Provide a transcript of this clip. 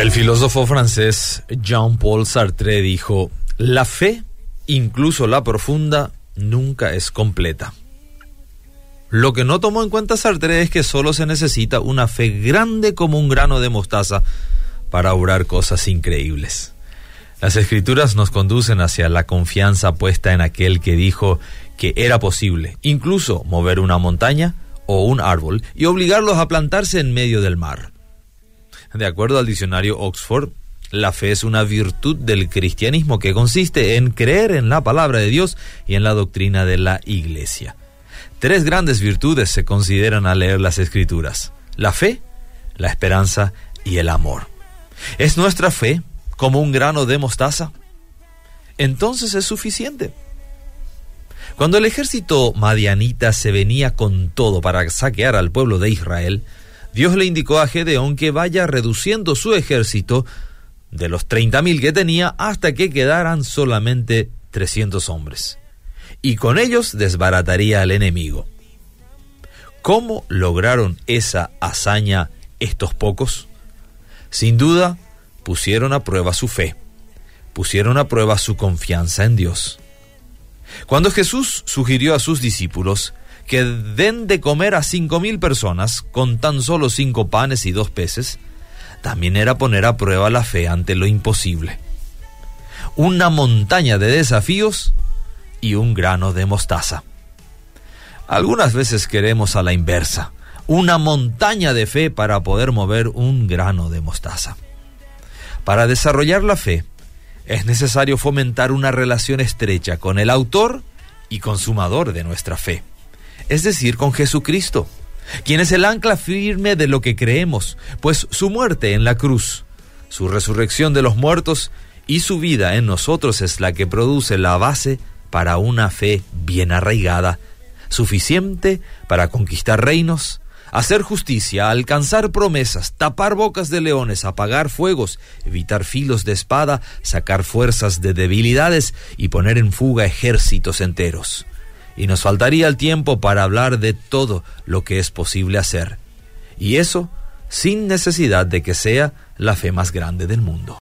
El filósofo francés Jean-Paul Sartre dijo: la fe, incluso la profunda, nunca es completa. Lo que no tomó en cuenta Sartre es que solo se necesita una fe grande como un grano de mostaza para obrar cosas increíbles. Las Escrituras nos conducen hacia la confianza puesta en aquel que dijo que era posible incluso mover una montaña o un árbol y obligarlos a plantarse en medio del mar. De acuerdo al diccionario Oxford, la fe es una virtud del cristianismo que consiste en creer en la palabra de Dios y en la doctrina de la Iglesia. 3 grandes virtudes se consideran al leer las Escrituras: la fe, la esperanza y el amor. ¿Es nuestra fe como un grano de mostaza? Entonces es suficiente. Cuando el ejército madianita se venía con todo para saquear al pueblo de Israel, Dios le indicó a Gedeón que vaya reduciendo su ejército de los 30,000 que tenía hasta que quedaran solamente 300 hombres. Y con ellos desbarataría al enemigo. ¿Cómo lograron esa hazaña estos pocos? Sin duda, pusieron a prueba su fe, pusieron a prueba su confianza en Dios. Cuando Jesús sugirió a sus discípulos que den de comer a 5,000 personas con tan solo 5 panes y 2 peces, también era poner a prueba la fe ante lo imposible. Una montaña de desafíos y un grano de mostaza. Algunas veces queremos a la inversa, una montaña de fe para poder mover un grano de mostaza. Para desarrollar la fe, es necesario fomentar una relación estrecha con el autor y consumador de nuestra fe, es decir, con Jesucristo, quien es el ancla firme de lo que creemos, pues su muerte en la cruz, su resurrección de los muertos y su vida en nosotros es la que produce la base para una fe bien arraigada, suficiente para conquistar reinos, hacer justicia, alcanzar promesas, tapar bocas de leones, apagar fuegos, evitar filos de espada, sacar fuerzas de debilidades y poner en fuga ejércitos enteros. Y nos faltaría el tiempo para hablar de todo lo que es posible hacer. Y eso sin necesidad de que sea la fe más grande del mundo.